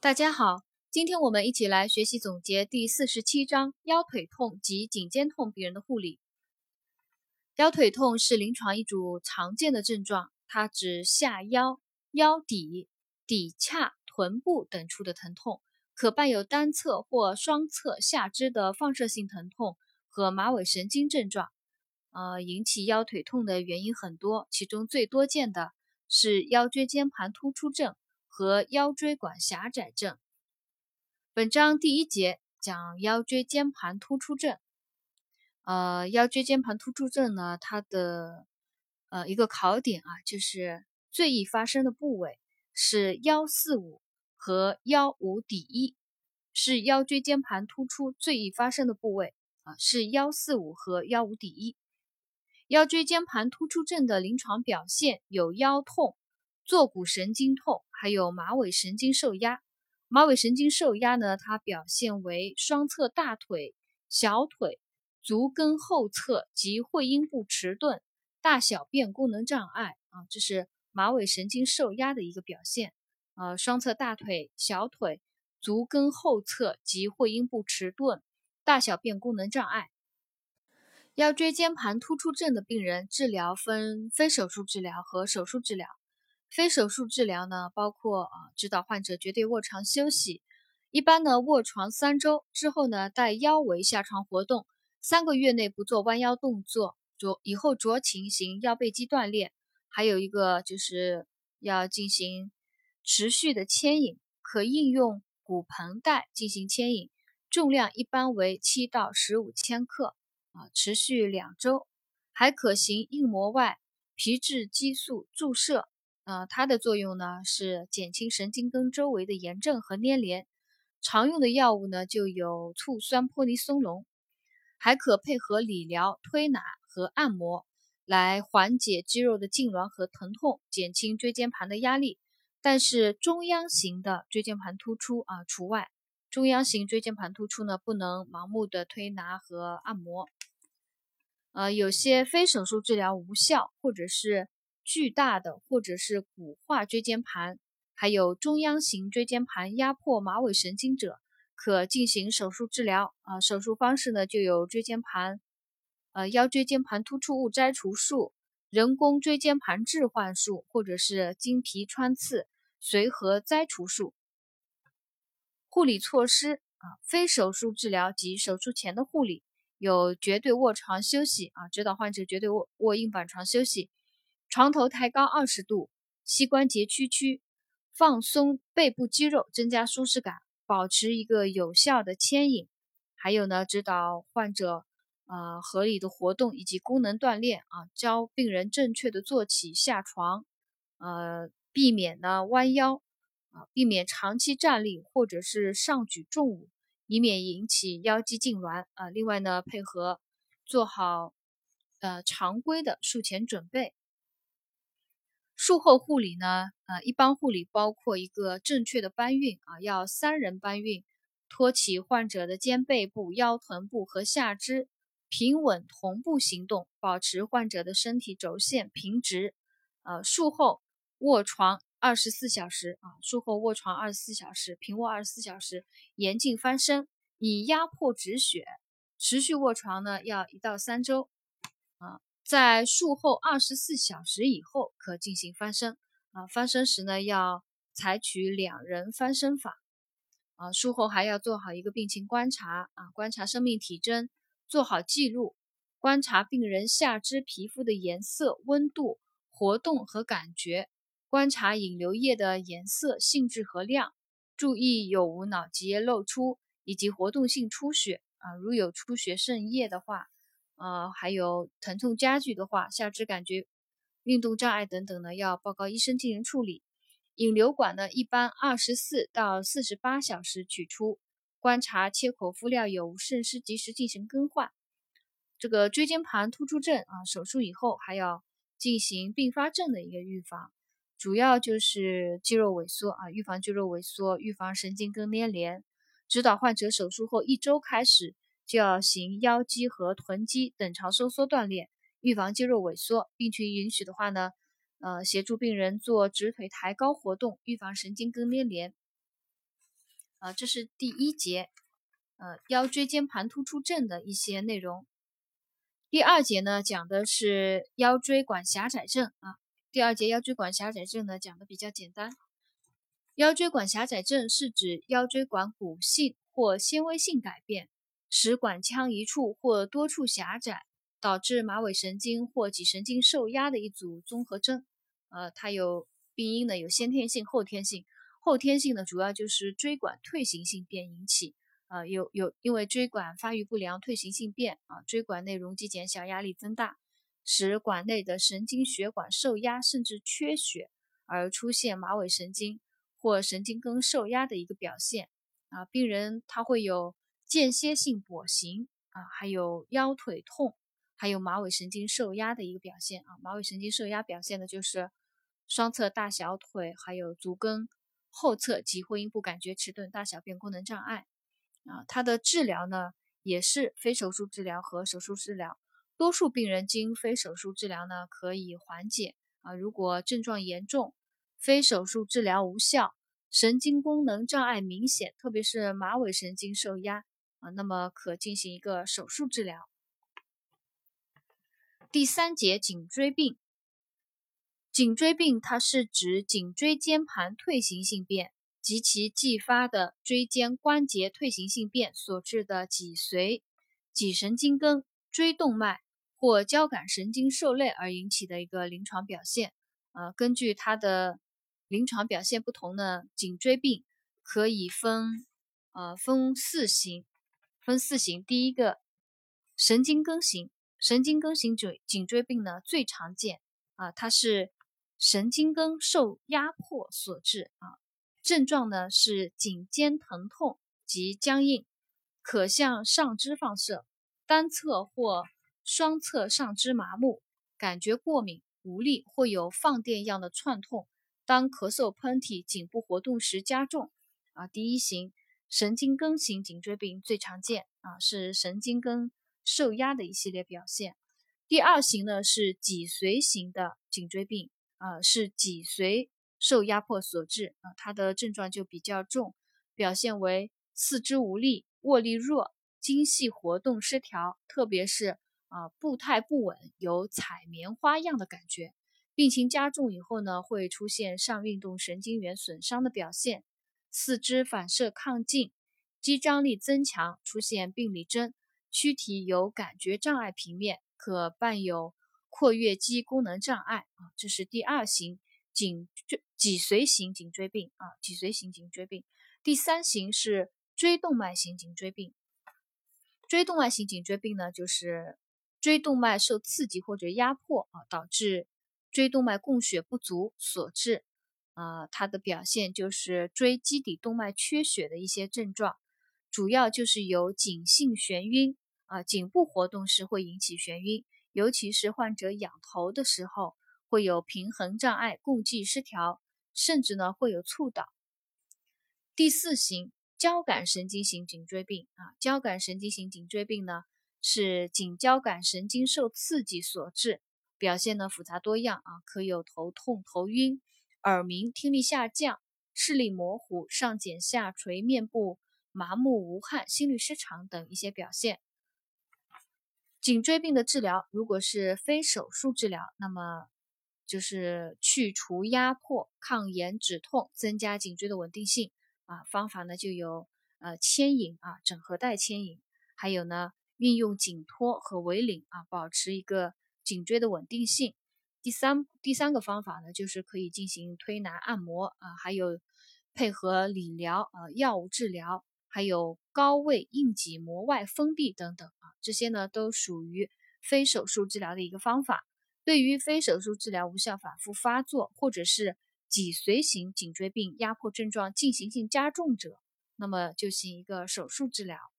大家好，今天我们一起来学习总结第47章腰腿痛及颈肩痛病人的护理。腰腿痛是临床一组常见的症状，它指下腰、腰底、骶髂、臀部等处的疼痛，可伴有单侧或双侧下肢的放射性疼痛和马尾神经症状。引起腰腿痛的原因很多，其中最多见的是腰椎间盘突出症和腰椎管狭窄症。本章第1节讲腰椎间盘突出症。腰椎间盘突出症呢，它的一个考点就是最易发生的部位是腰45和腰五骶一，是腰椎间盘突出最易发生的部位是腰45和腰五骶一。腰椎间盘突出症的临床表现有腰痛、坐骨神经痛，还有马尾神经受压。马尾神经受压呢，它表现为双侧大腿、小腿、足跟后侧及会阴部迟钝、大小便功能障碍这是马尾神经受压的一个表现。双侧大腿、小腿、足跟后侧及会阴部迟钝、大小便功能障碍。腰椎间盘突出症的病人治疗分非手术治疗和手术治疗。非手术治疗呢，包括指导患者绝对卧床休息，一般呢卧床3周之后呢，带腰围下床活动，3个月内不做弯腰动作，以后酌情行腰背肌锻炼。还有一个就是要进行持续的牵引，可应用骨盆带进行牵引，重量一般为7到15千克。持续2周，还可行硬膜外皮质激素注射。它的作用呢是减轻神经根周围的炎症和粘连。常用的药物呢就有醋酸泼尼松龙，还可配合理疗、推拿和按摩来缓解肌肉的痉挛和疼痛，减轻椎间盘的压力。但是中央型的椎间盘突出除外。中央型椎间盘突出呢不能盲目的推拿和按摩。有些非手术治疗无效，或者是巨大的或者是骨化椎间盘，还有中央型椎间盘压迫马尾神经者，可进行手术治疗。手术方式呢就有腰椎间盘突出物摘除术、人工椎间盘置换术，或者是经皮穿刺随和摘除术。护理措施非手术治疗及手术前的护理有绝对卧床休息指导患者绝对卧硬板床休息，床头抬高20度，膝关节屈曲，放松背部肌肉，增加舒适感，保持一个有效的牵引。还有呢，指导患者合理的活动以及功能锻炼教病人正确的坐起下床，避免呢弯腰避免长期站立或者是上举重物，以免引起腰肌痉挛另外呢，配合做好常规的术前准备。术后护理呢，一般护理包括一个正确的搬运要3人搬运，托起患者的肩背部、腰臀部和下肢，平稳同步行动，保持患者的身体轴线平直。术后卧床24小时术后卧床24小时，平卧24小时，严禁翻身，以压迫止血。持续卧床呢要1到3周在术后24小时以后可进行翻身翻身时呢要采取2人翻身法术后还要做好一个病情观察观察生命体征，做好记录，观察病人下肢皮肤的颜色、温度、活动和感觉，观察引流液的颜色、性质和量，注意有无脑结液露出以及活动性出血如有出血渗液的话还有疼痛加剧的话，下肢感觉运动障碍等等呢，要报告医生进行处理。引流管呢，一般24到48小时取出，观察切口敷料有无渗湿，及时进行更换。这个椎间盘突出症手术以后还要进行并发症的一个预防，主要就是肌肉萎缩预防肌肉萎缩，预防神经根粘连。指导患者手术后1周开始就要行腰肌和臀肌等长收缩锻炼，预防肌肉萎缩。病情允许的话呢，协助病人做直腿抬高活动，预防神经根粘连。 这是第一节，腰椎间盘突出症的一些内容。第二节呢，讲的是腰椎管狭窄症第二节腰椎管狭窄症呢讲的比较简单。腰椎管狭窄症是指腰椎管骨性或纤维性改变，使管腔一处或多处狭窄，导致马尾神经或脊神经受压的一组综合征。它有病因呢，有先天性、后天性。后天性呢，主要就是椎管退行性变引起。因为椎管发育不良、退行性变椎管内容积减小、压力增大，使管内的神经血管受压甚至缺血，而出现马尾神经或神经根受压的一个表现病人他会有间歇性跛行还有腰腿痛，还有马尾神经受压的一个表现马尾神经受压表现的就是双侧大小腿，还有足跟后侧及会阴部感觉迟钝、大小便功能障碍它的治疗呢也是非手术治疗和手术治疗。多数病人经非手术治疗呢可以缓解如果症状严重，非手术治疗无效，神经功能障碍明显，特别是马尾神经受压那么可进行一个手术治疗。第三节颈椎病。颈椎病它是指颈椎间盘退行性变及其继发的椎间关节退行性变所致的脊髓、脊神经根、椎动脉或交感神经受累而引起的一个临床表现。根据它的临床表现不同呢，颈椎病可以分四型。第一个神经根型，神经根型颈椎病呢最常见它是神经根受压迫所致症状呢是颈肩疼痛及僵硬，可向上肢放射，单侧或双侧上肢麻木，感觉过敏、无力或有放电一样的窜痛，当咳嗽、喷嚏、颈部活动时加重第一型神经根型颈椎病最常见是神经根受压的一系列表现。第二型呢是脊髓型的颈椎病是脊髓受压迫所致它的症状就比较重，表现为四肢无力、握力弱、精细活动失调，特别是步态不稳，有踩棉花样的感觉。病情加重以后呢，会出现上运动神经元损伤的表现，四肢反射亢进，肌张力增强，出现病理征，躯体有感觉障碍平面，可伴有括约肌功能障碍这是第二型脊髓型颈椎病脊髓型颈椎病。第三型是椎动脉型颈椎病。椎动脉型颈椎病呢，就是椎动脉受刺激或者压迫导致椎动脉供血不足所致它的表现就是椎基底动脉缺血的一些症状，主要就是有颈性眩晕颈部活动时会引起眩晕，尤其是患者仰头的时候会有平衡障碍、共济失调，甚至呢会有猝倒。第四型交感神经型颈椎病交感神经型颈椎病呢是颈交感神经受刺激所致，表现呢复杂多样可有头痛、头晕、耳鸣、听力下降、视力模糊、上睑下垂、面部麻木无汗、心律失常等一些表现。颈椎病的治疗如果是非手术治疗，那么就是去除压迫、抗炎止痛，增加颈椎的稳定性方法呢就有牵引整合带牵引，还有呢运用颈托和围领保持一个颈椎的稳定性。第三个方法呢就是可以进行推拿按摩还有配合理疗药物治疗，还有高位硬脊膜外封闭等等这些呢都属于非手术治疗的一个方法。对于非手术治疗无效反复发作，或者是脊髓型颈椎病压迫症状进行性加重者，那么就行一个手术治疗。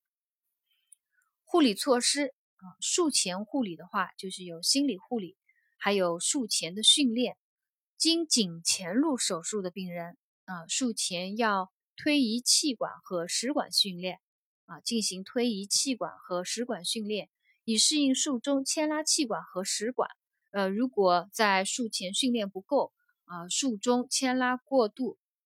护理措施术前护理的话，就是有心理护理，还有术前的训练。经颈前路手术的病人术前要推移气管和食管训练进行推移气管和食管训练，以适应术中牵拉气管和食管。如果在术前训练不够术中牵拉过度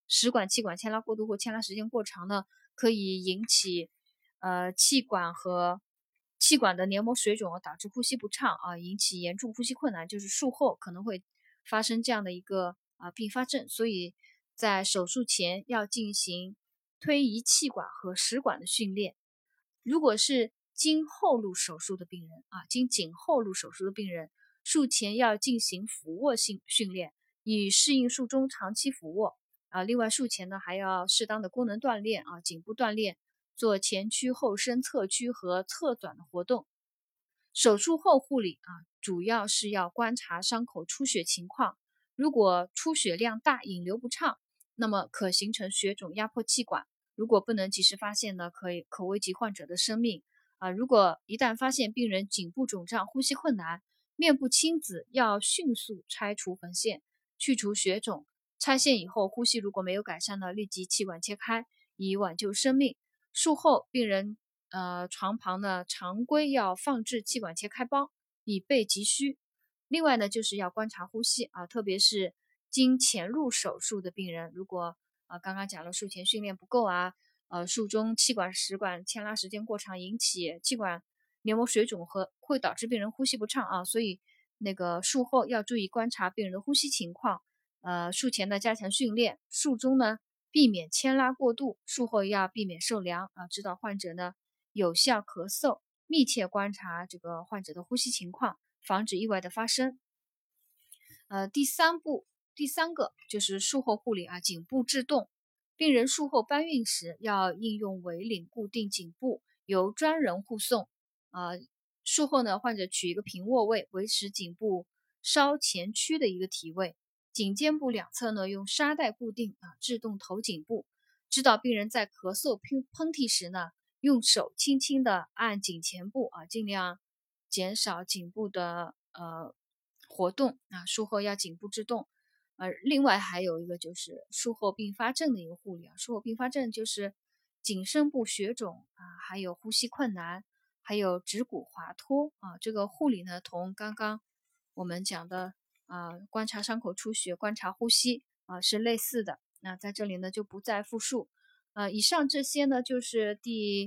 食管、气管牵拉过度或牵拉时间过长呢，可以引起气管的黏膜水肿，导致呼吸不畅啊，引起严重呼吸困难，就是术后可能会发生这样的一个并发症。所以在手术前要进行推移气管和食管的训练。如果是经后路手术的病人经颈后路手术的病人，术前要进行俯卧性训练，以适应术中长期俯卧另外术前呢还要适当的功能锻炼颈部锻炼，做前屈后伸、侧屈和侧转的活动。手术后护理主要是要观察伤口出血情况，如果出血量大、引流不畅，那么可形成血肿压迫气管，如果不能及时发现呢，可危及患者的生命如果一旦发现病人颈部肿胀、呼吸困难、面部青紫，要迅速拆除缝线，去除血肿。拆线以后，呼吸如果没有改善呢，立即气管切开，以挽救生命。术后病人床旁呢常规要放置气管切开包，以备急需。另外呢，就是要观察呼吸特别是经潜入手术的病人，如果刚刚讲了术前训练不够术中气管、食管牵拉时间过长，引起气管黏膜水肿和会导致病人呼吸不畅所以那个术后要注意观察病人的呼吸情况。术前呢加强训练，术中呢避免牵拉过度，术后要避免受凉指导患者呢有效咳嗽，密切观察这个患者的呼吸情况，防止意外的发生。第三个就是术后护理颈部制动。病人术后搬运时要应用围领固定颈部，由专人护送。术后呢，患者取一个平卧位，维持颈部稍前屈的一个体位，颈肩部两侧呢用沙袋固定制动头颈部。指导病人在咳嗽、喷嚏时呢，用手轻轻的按颈前部尽量减少颈部的活动术后要颈部制动。另外还有一个就是术后并发症的一个护理术后并发症就是颈深部血肿还有呼吸困难，还有指骨滑脱这个护理呢，同刚刚我们讲的观察伤口出血、观察呼吸是类似的。那在这里呢就不再复述。以上这些呢就是第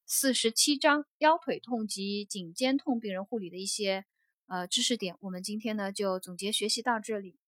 47章腰腿痛及颈肩痛病人护理的一些知识点。我们今天呢就总结学习到这里。